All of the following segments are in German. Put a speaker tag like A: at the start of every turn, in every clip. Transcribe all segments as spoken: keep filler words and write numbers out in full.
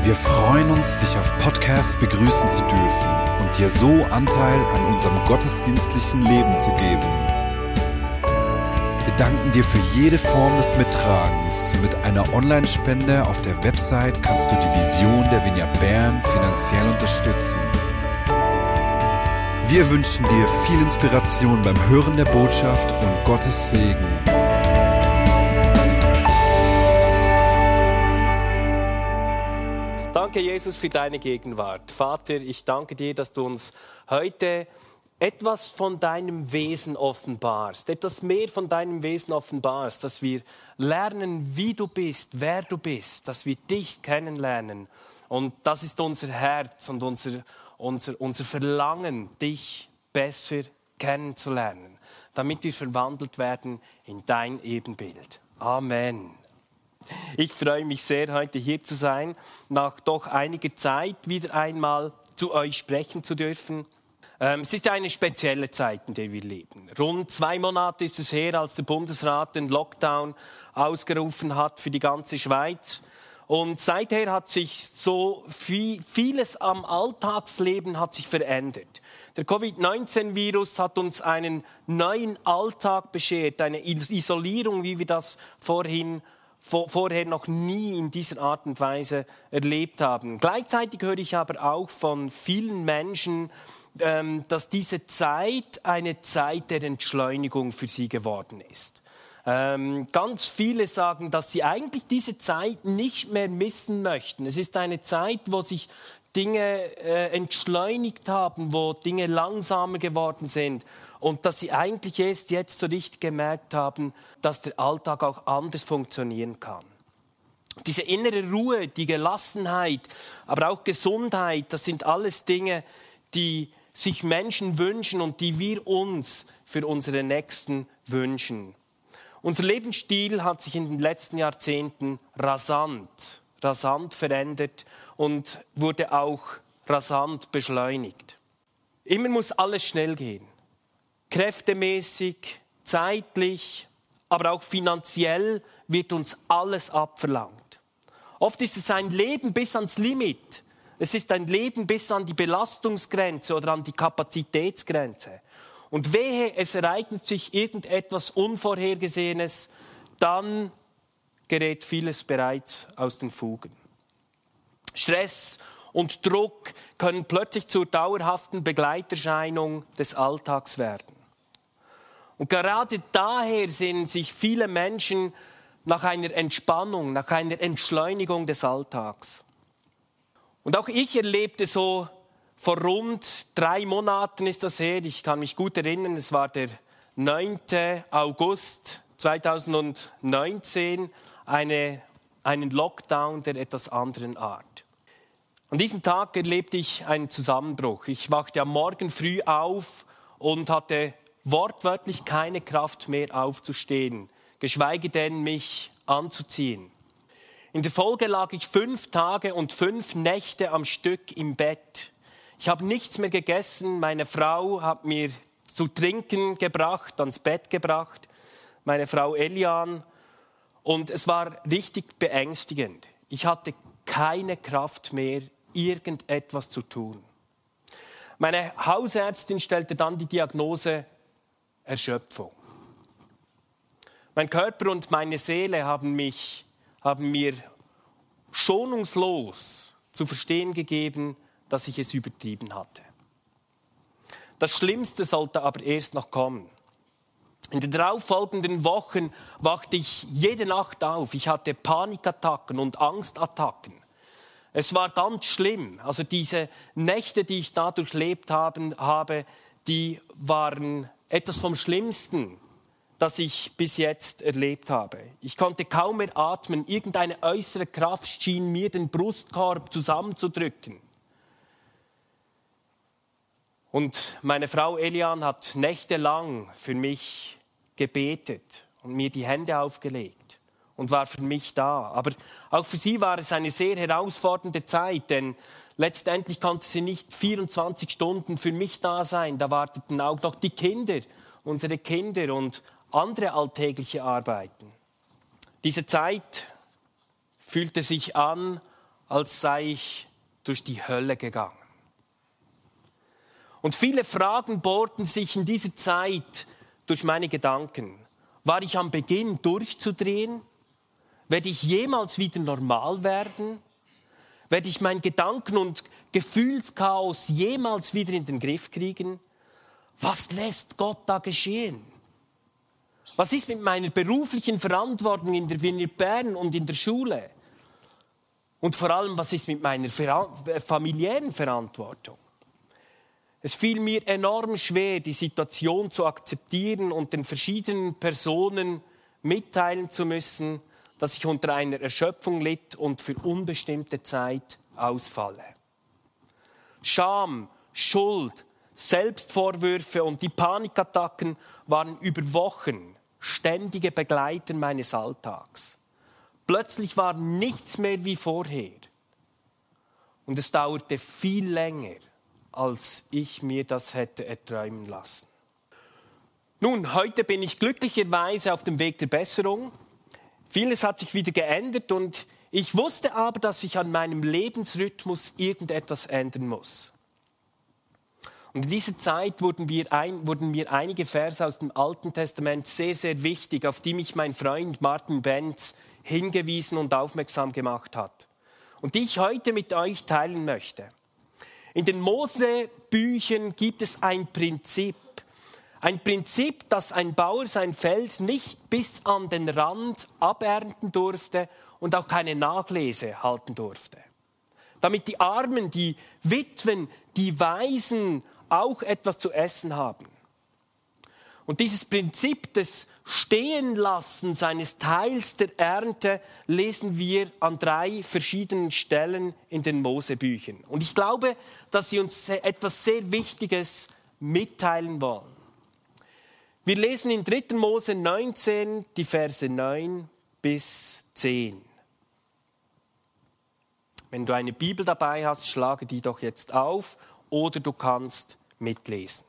A: Wir freuen uns, dich auf Podcast begrüßen zu dürfen und dir so Anteil an unserem gottesdienstlichen Leben zu geben. Wir danken dir für jede Form des Mittragens. Mit einer Online-Spende auf der Website kannst du die Vision der Vineyard Bern finanziell unterstützen. Wir wünschen dir viel Inspiration beim Hören der Botschaft und Gottes Segen.
B: Danke, Jesus, für deine Gegenwart. Vater, ich danke dir, dass du uns heute etwas von deinem Wesen offenbarst, etwas mehr von deinem Wesen offenbarst, dass wir lernen, wie du bist, wer du bist, dass wir dich kennenlernen. Und das ist unser Herz und unser, unser, unser Verlangen, dich besser kennenzulernen, damit wir verwandelt werden in dein Ebenbild. Amen. Ich freue mich sehr, heute hier zu sein, nach doch einiger Zeit wieder einmal zu euch sprechen zu dürfen. Ähm, es ist eine spezielle Zeit, in der wir leben. Rund zwei Monate ist es her, als der Bundesrat den Lockdown ausgerufen hat für die ganze Schweiz. Und seither hat sich so viel, vieles am Alltagsleben hat sich verändert. Der Covid neunzehn Virus hat uns einen neuen Alltag beschert, eine Isolierung, wie wir das vorhin vorher noch nie in dieser Art und Weise erlebt haben. Gleichzeitig höre ich aber auch von vielen Menschen, ähm, dass diese Zeit eine Zeit der Entschleunigung für sie geworden ist. Ähm, ganz viele sagen, dass sie eigentlich diese Zeit nicht mehr missen möchten. Es ist eine Zeit, wo sich Dinge äh, entschleunigt haben, wo Dinge langsamer geworden sind und dass sie eigentlich erst jetzt so richtig gemerkt haben, dass der Alltag auch anders funktionieren kann. Diese innere Ruhe, die Gelassenheit, aber auch Gesundheit, das sind alles Dinge, die sich Menschen wünschen und die wir uns für unsere Nächsten wünschen. Unser Lebensstil hat sich in den letzten Jahrzehnten rasant, rasant verändert und wurde auch rasant beschleunigt. Immer muss alles schnell gehen. Kräftemäßig, zeitlich, aber auch finanziell wird uns alles abverlangt. Oft ist es ein Leben bis ans Limit. Es ist ein Leben bis an die Belastungsgrenze oder an die Kapazitätsgrenze. Und wehe, es ereignet sich irgendetwas Unvorhergesehenes, dann gerät vieles bereits aus den Fugen. Stress und Druck können plötzlich zur dauerhaften Begleiterscheinung des Alltags werden. Und gerade daher sehnen sich viele Menschen nach einer Entspannung, nach einer Entschleunigung des Alltags. Und auch ich erlebte so, vor rund drei Monaten ist das her, ich kann mich gut erinnern, es war der neunten August zweitausendneunzehn, eine, einen Lockdown der etwas anderen Art. An diesem Tag erlebte ich einen Zusammenbruch. Ich wachte am Morgen früh auf und hatte wortwörtlich keine Kraft mehr aufzustehen, geschweige denn mich anzuziehen. In der Folge lag ich fünf Tage und fünf Nächte am Stück im Bett. Ich habe nichts mehr gegessen, meine Frau hat mir zu trinken gebracht, ans Bett gebracht, meine Frau Elian. Und es war richtig beängstigend. Ich hatte keine Kraft mehr, irgendetwas zu tun. Meine Hausärztin stellte dann die Diagnose Erschöpfung. Mein Körper und meine Seele haben, mich, haben mir schonungslos zu verstehen gegeben, dass ich es übertrieben hatte. Das Schlimmste sollte aber erst noch kommen. In den darauffolgenden Wochen wachte ich jede Nacht auf. Ich hatte Panikattacken und Angstattacken. Es war ganz schlimm. Also diese Nächte, die ich da durchlebt habe, die waren etwas vom Schlimmsten, das ich bis jetzt erlebt habe. Ich konnte kaum mehr atmen. Irgendeine äußere Kraft schien mir den Brustkorb zusammenzudrücken. Und meine Frau Elian hat nächtelang für mich gebetet und mir die Hände aufgelegt und war für mich da. Aber auch für sie war es eine sehr herausfordernde Zeit, denn letztendlich konnte sie nicht vierundzwanzig Stunden für mich da sein. Da warteten auch noch die Kinder, unsere Kinder und andere alltägliche Arbeiten. Diese Zeit fühlte sich an, als sei ich durch die Hölle gegangen. Und viele Fragen bohrten sich in dieser Zeit durch meine Gedanken. War ich am Beginn durchzudrehen? Werde ich jemals wieder normal werden? Werde ich mein Gedanken- und Gefühlschaos jemals wieder in den Griff kriegen? Was lässt Gott da geschehen? Was ist mit meiner beruflichen Verantwortung in der Vineyard Bern und in der Schule? Und vor allem, was ist mit meiner familiären Verantwortung? Es fiel mir enorm schwer, die Situation zu akzeptieren und den verschiedenen Personen mitteilen zu müssen, dass ich unter einer Erschöpfung litt und für unbestimmte Zeit ausfalle. Scham, Schuld, Selbstvorwürfe und die Panikattacken waren über Wochen ständige Begleiter meines Alltags. Plötzlich war nichts mehr wie vorher. Und es dauerte viel länger, als ich mir das hätte erträumen lassen. Nun, heute bin ich glücklicherweise auf dem Weg der Besserung. Vieles hat sich wieder geändert und ich wusste aber, dass ich an meinem Lebensrhythmus irgendetwas ändern muss. Und in dieser Zeit wurden mir, ein, wurden mir einige Verse aus dem Alten Testament sehr, sehr wichtig, auf die mich mein Freund Martin Benz hingewiesen und aufmerksam gemacht hat. Und die ich heute mit euch teilen möchte. In den Mosebüchern gibt es ein Prinzip. Ein Prinzip, dass ein Bauer sein Feld nicht bis an den Rand abernten durfte und auch keine Nachlese halten durfte. Damit die Armen, die Witwen, die Waisen auch etwas zu essen haben. Und dieses Prinzip des Stehenlassens eines Teils der Ernte lesen wir an drei verschiedenen Stellen in den Mosebüchern. Und ich glaube, dass sie uns etwas sehr Wichtiges mitteilen wollen. Wir lesen in dritter Mose neunzehn die Verse neun bis zehn. Wenn du eine Bibel dabei hast, schlage die doch jetzt auf oder du kannst mitlesen.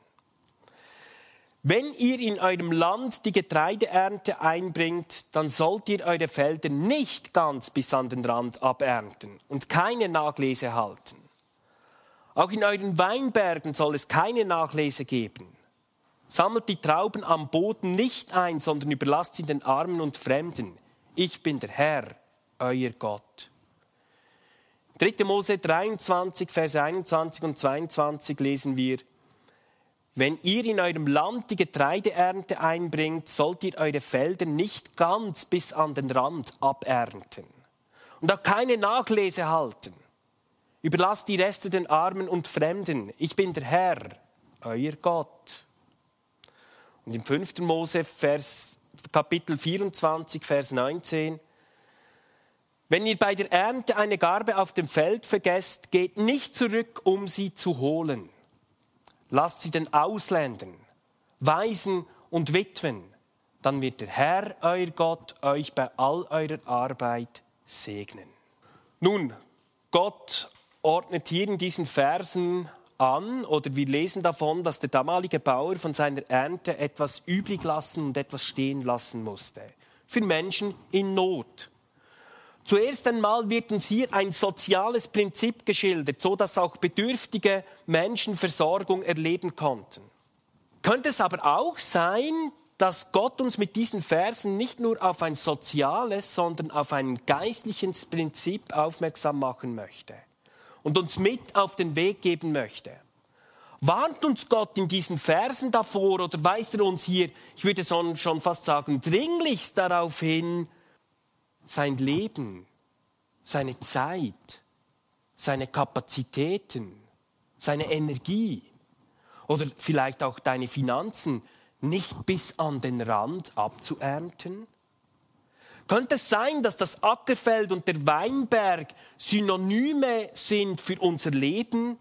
B: Wenn ihr in eurem Land die Getreideernte einbringt, dann sollt ihr eure Felder nicht ganz bis an den Rand abernten und keine Nachlese halten. Auch in euren Weinbergen soll es keine Nachlese geben. Sammelt die Trauben am Boden nicht ein, sondern überlasst sie den Armen und Fremden. Ich bin der Herr, euer Gott. dritter Mose dreiundzwanzig, Verse einundzwanzig und zweiundzwanzig lesen wir: Wenn ihr in eurem Land die Getreideernte einbringt, sollt ihr eure Felder nicht ganz bis an den Rand abernten und auch keine Nachlese halten. Überlasst die Reste den Armen und Fremden. Ich bin der Herr, euer Gott. Und im fünfter Mose, Vers, Kapitel vierundzwanzig, Vers neunzehn: Wenn ihr bei der Ernte eine Garbe auf dem Feld vergesst, geht nicht zurück, um sie zu holen. Lasst sie den Ausländern, Waisen und Witwen. Dann wird der Herr, euer Gott, euch bei all eurer Arbeit segnen. Nun, Gott ordnet hier in diesen Versen an, oder wir lesen davon, dass der damalige Bauer von seiner Ernte etwas übrig lassen und etwas stehen lassen musste. Für Menschen in Not. Zuerst einmal wird uns hier ein soziales Prinzip geschildert, so dass auch bedürftige Menschen Versorgung erleben konnten. Könnte es aber auch sein, dass Gott uns mit diesen Versen nicht nur auf ein soziales, sondern auf ein geistliches Prinzip aufmerksam machen möchte und uns mit auf den Weg geben möchte? Warnt uns Gott in diesen Versen davor oder weist er uns hier, ich würde schon fast sagen, dringlichst darauf hin, sein Leben, seine Zeit, seine Kapazitäten, seine Energie oder vielleicht auch deine Finanzen nicht bis an den Rand abzuernten? Könnte es sein, dass das Ackerfeld und der Weinberg Synonyme sind für unser Leben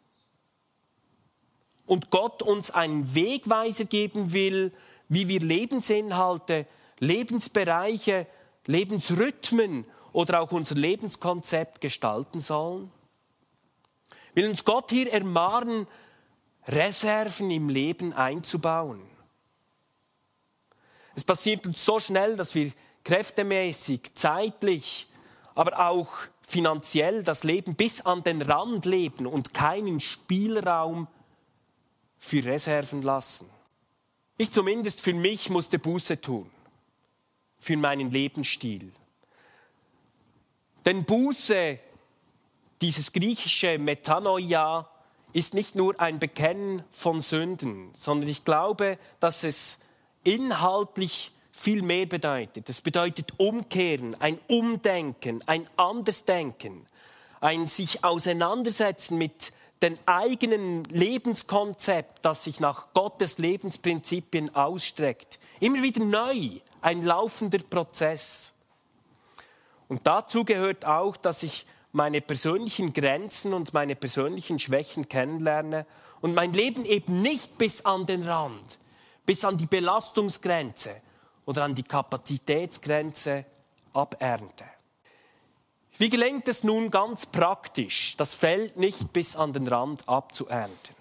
B: und Gott uns einen Wegweiser geben will, wie wir Lebensinhalte, Lebensbereiche, Lebensrhythmen oder auch unser Lebenskonzept gestalten sollen? Will uns Gott hier ermahnen, Reserven im Leben einzubauen? Es passiert uns so schnell, dass wir kräftemäßig, zeitlich, aber auch finanziell das Leben bis an den Rand leben und keinen Spielraum für Reserven lassen. Ich zumindest für mich musste Buße tun, für meinen Lebensstil. Denn Buße, dieses griechische Metanoia, ist nicht nur ein Bekennen von Sünden, sondern ich glaube, dass es inhaltlich viel mehr bedeutet. Es bedeutet Umkehren, ein Umdenken, ein Andersdenken, ein sich auseinandersetzen mit dem eigenen Lebenskonzept, das sich nach Gottes Lebensprinzipien ausstreckt. Immer wieder neu, ein laufender Prozess. Und dazu gehört auch, dass ich meine persönlichen Grenzen und meine persönlichen Schwächen kennenlerne und mein Leben eben nicht bis an den Rand, bis an die Belastungsgrenze oder an die Kapazitätsgrenze abernte. Wie gelingt es nun ganz praktisch, das Feld nicht bis an den Rand abzuernten?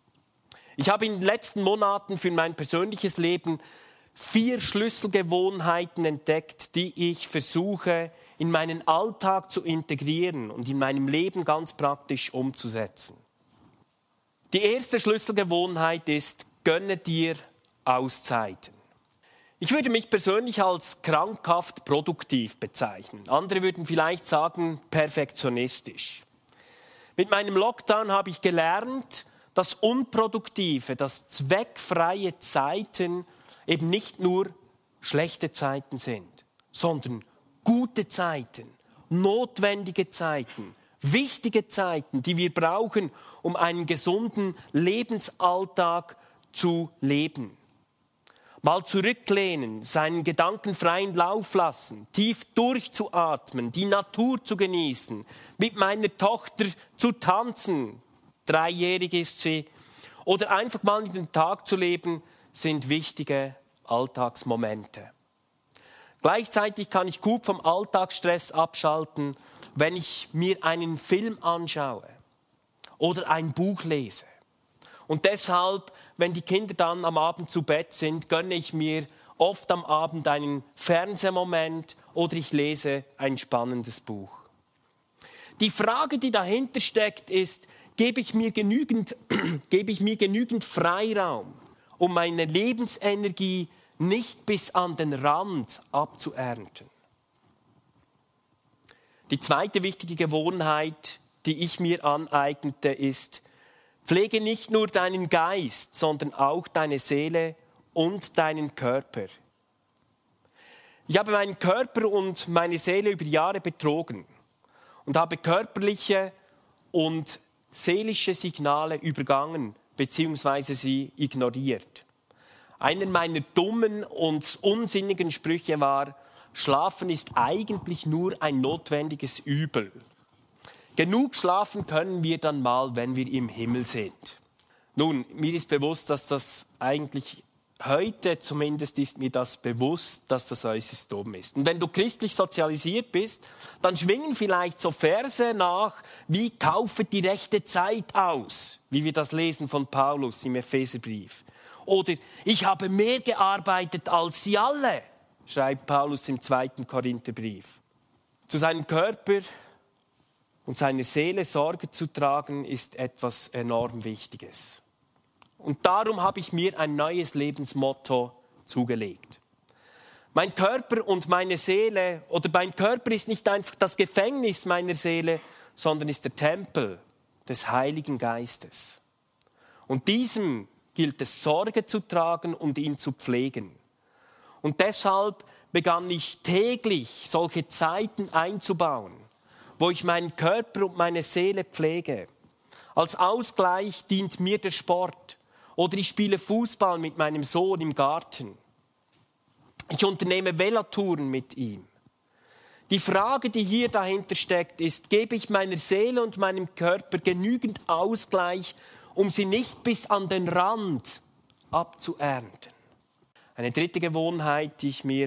B: Ich habe in den letzten Monaten für mein persönliches Leben vier Schlüsselgewohnheiten entdeckt, die ich versuche, in meinen Alltag zu integrieren und in meinem Leben ganz praktisch umzusetzen. Die erste Schlüsselgewohnheit ist, gönne dir Auszeiten. Ich würde mich persönlich als krankhaft produktiv bezeichnen. Andere würden vielleicht sagen, perfektionistisch. Mit meinem Lockdown habe ich gelernt, dass unproduktive, dass zweckfreie Zeiten eben nicht nur schlechte Zeiten sind, sondern gute Zeiten, notwendige Zeiten, wichtige Zeiten, die wir brauchen, um einen gesunden Lebensalltag zu leben. Mal zurücklehnen, seinen Gedanken freien Lauf lassen, tief durchzuatmen, die Natur zu genießen, mit meiner Tochter zu tanzen, dreijährig ist sie, oder einfach mal in den Tag zu leben, sind wichtige Alltagsmomente. Gleichzeitig kann ich gut vom Alltagsstress abschalten, wenn ich mir einen Film anschaue oder ein Buch lese. Und deshalb, wenn die Kinder dann am Abend zu Bett sind, gönne ich mir oft am Abend einen Fernsehmoment oder ich lese ein spannendes Buch. Die Frage, die dahinter steckt, ist, gebe ich mir genügend, gebe ich mir genügend Freiraum, um meine Lebensenergie nicht bis an den Rand abzuernten. Die zweite wichtige Gewohnheit, die ich mir aneignete, ist, pflege nicht nur deinen Geist, sondern auch deine Seele und deinen Körper. Ich habe meinen Körper und meine Seele über Jahre betrogen und habe körperliche und seelische Signale übergangen bzw. sie ignoriert. Einer meiner dummen und unsinnigen Sprüche war, Schlafen ist eigentlich nur ein notwendiges Übel. Genug schlafen können wir dann mal, wenn wir im Himmel sind. Nun, mir ist bewusst, dass das eigentlich, heute zumindest ist mir das bewusst, dass das äußerst dumm ist. Und wenn du christlich sozialisiert bist, dann schwingen vielleicht so Verse nach, wie kaufe die rechte Zeit aus, wie wir das lesen von Paulus im Epheserbrief. Oder ich habe mehr gearbeitet als sie alle, schreibt Paulus im zweiten Korintherbrief. Zu seinem Körper und seiner Seele Sorge zu tragen, ist etwas enorm Wichtiges. Und darum habe ich mir ein neues Lebensmotto zugelegt. Mein Körper und meine Seele, oder mein Körper ist nicht einfach das Gefängnis meiner Seele, sondern ist der Tempel des Heiligen Geistes. Und diesem gilt es, Sorge zu tragen und ihn zu pflegen. Und deshalb begann ich täglich solche Zeiten einzubauen, wo ich meinen Körper und meine Seele pflege. Als Ausgleich dient mir der Sport. Oder ich spiele Fußball mit meinem Sohn im Garten. Ich unternehme Velotouren mit ihm. Die Frage, die hier dahinter steckt, ist, gebe ich meiner Seele und meinem Körper genügend Ausgleich, um sie nicht bis an den Rand abzuernten? Eine dritte Gewohnheit, die ich mir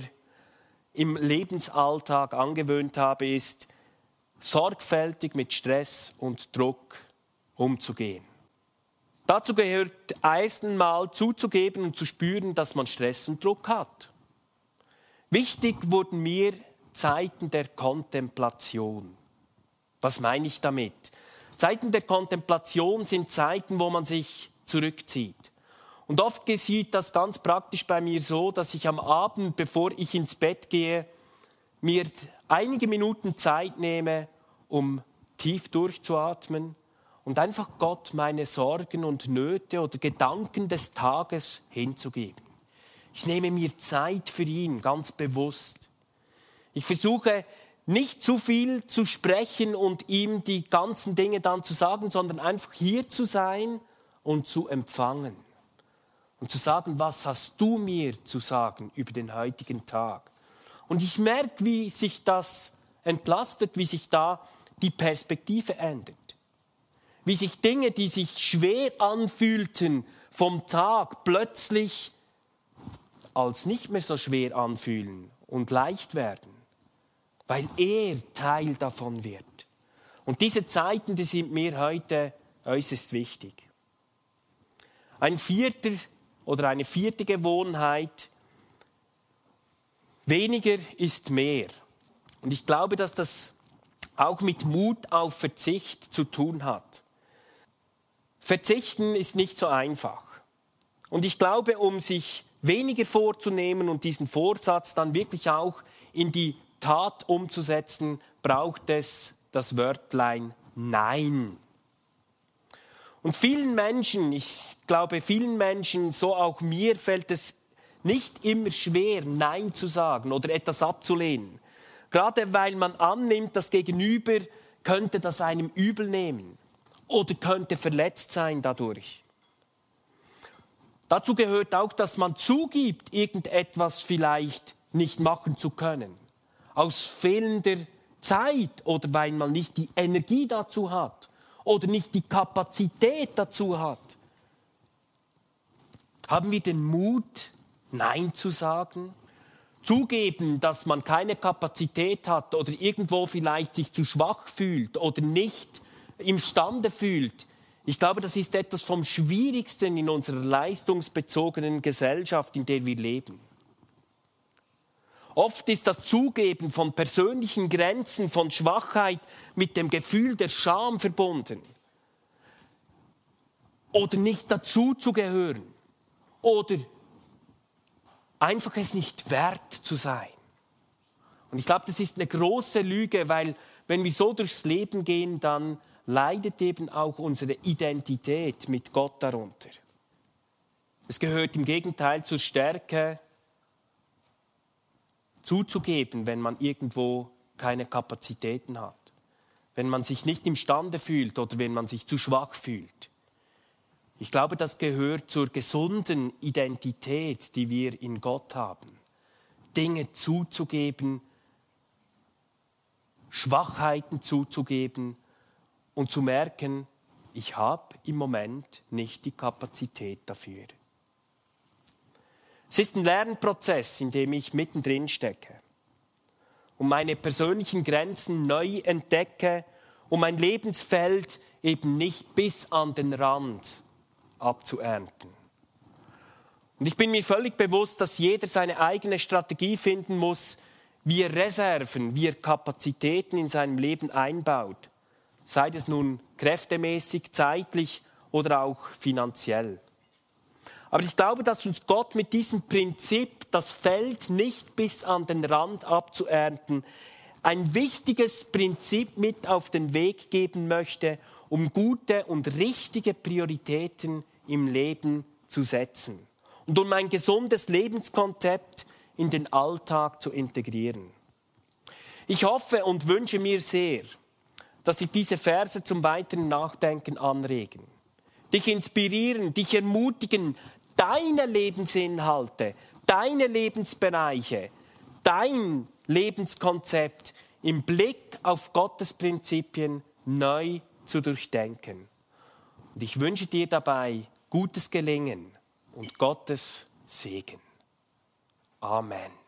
B: im Lebensalltag angewöhnt habe, ist, sorgfältig mit Stress und Druck umzugehen. Dazu gehört erst einmal zuzugeben und zu spüren, dass man Stress und Druck hat. Wichtig wurden mir Zeiten der Kontemplation. Was meine ich damit? Zeiten der Kontemplation sind Zeiten, wo man sich zurückzieht. Und oft geschieht das ganz praktisch bei mir so, dass ich am Abend, bevor ich ins Bett gehe, mir einige Minuten Zeit nehme, um tief durchzuatmen und einfach Gott meine Sorgen und Nöte oder Gedanken des Tages hinzugeben. Ich nehme mir Zeit für ihn, ganz bewusst. Ich versuche nicht zu viel zu sprechen und ihm die ganzen Dinge dann zu sagen, sondern einfach hier zu sein und zu empfangen. Und zu sagen, was hast du mir zu sagen über den heutigen Tag? Und ich merke, wie sich das entlastet, wie sich da die Perspektive ändert. Wie sich Dinge, die sich schwer anfühlten vom Tag, plötzlich als nicht mehr so schwer anfühlen und leicht werden. Weil er Teil davon wird. Und diese Zeiten, die sind mir heute äußerst wichtig. Ein vierter oder eine vierte Gewohnheit, weniger ist mehr. Und ich glaube, dass das auch mit Mut auf Verzicht zu tun hat. Verzichten ist nicht so einfach. Und ich glaube, um sich weniger vorzunehmen und diesen Vorsatz dann wirklich auch in die Tat umzusetzen, braucht es das Wörtlein Nein. Und vielen Menschen, ich glaube vielen Menschen, so auch mir, fällt es nicht immer schwer, Nein zu sagen oder etwas abzulehnen. Gerade weil man annimmt, das Gegenüber könnte das einem übel nehmen oder könnte verletzt sein dadurch. Dazu gehört auch, dass man zugibt, irgendetwas vielleicht nicht machen zu können. Aus fehlender Zeit oder weil man nicht die Energie dazu hat oder nicht die Kapazität dazu hat. Haben wir den Mut, Nein zu sagen? Zugeben, dass man keine Kapazität hat oder irgendwo vielleicht sich zu schwach fühlt oder nicht imstande fühlt. Ich glaube, das ist etwas vom Schwierigsten in unserer leistungsbezogenen Gesellschaft, in der wir leben. Oft ist das Zugeben von persönlichen Grenzen, von Schwachheit mit dem Gefühl der Scham verbunden. Oder nicht dazu zu gehören. Oder einfach es nicht wert zu sein. Und ich glaube, das ist eine große Lüge, weil wenn wir so durchs Leben gehen, dann leidet eben auch unsere Identität mit Gott darunter. Es gehört im Gegenteil zur Stärke, zuzugeben, wenn man irgendwo keine Kapazitäten hat. Wenn man sich nicht imstande fühlt oder wenn man sich zu schwach fühlt. Ich glaube, das gehört zur gesunden Identität, die wir in Gott haben. Dinge zuzugeben, Schwachheiten zuzugeben und zu merken, ich habe im Moment nicht die Kapazität dafür. Es ist ein Lernprozess, in dem ich mittendrin stecke und meine persönlichen Grenzen neu entdecke, um mein Lebensfeld eben nicht bis an den Rand abzuernten. Und ich bin mir völlig bewusst, dass jeder seine eigene Strategie finden muss, wie er Reserven, wie er Kapazitäten in seinem Leben einbaut, sei es nun kräftemäßig, zeitlich oder auch finanziell. Aber ich glaube, dass uns Gott mit diesem Prinzip, das Feld nicht bis an den Rand abzuernten, ein wichtiges Prinzip mit auf den Weg geben möchte, um gute und richtige Prioritäten im Leben zu setzen und um ein gesundes Lebenskonzept in den Alltag zu integrieren. Ich hoffe und wünsche mir sehr, dass dich diese Verse zum weiteren Nachdenken anregen, dich inspirieren, dich ermutigen, deine Lebensinhalte, deine Lebensbereiche, dein Lebenskonzept im Blick auf Gottes Prinzipien neu zu durchdenken. Und ich wünsche dir dabei gutes Gelingen und Gottes Segen. Amen.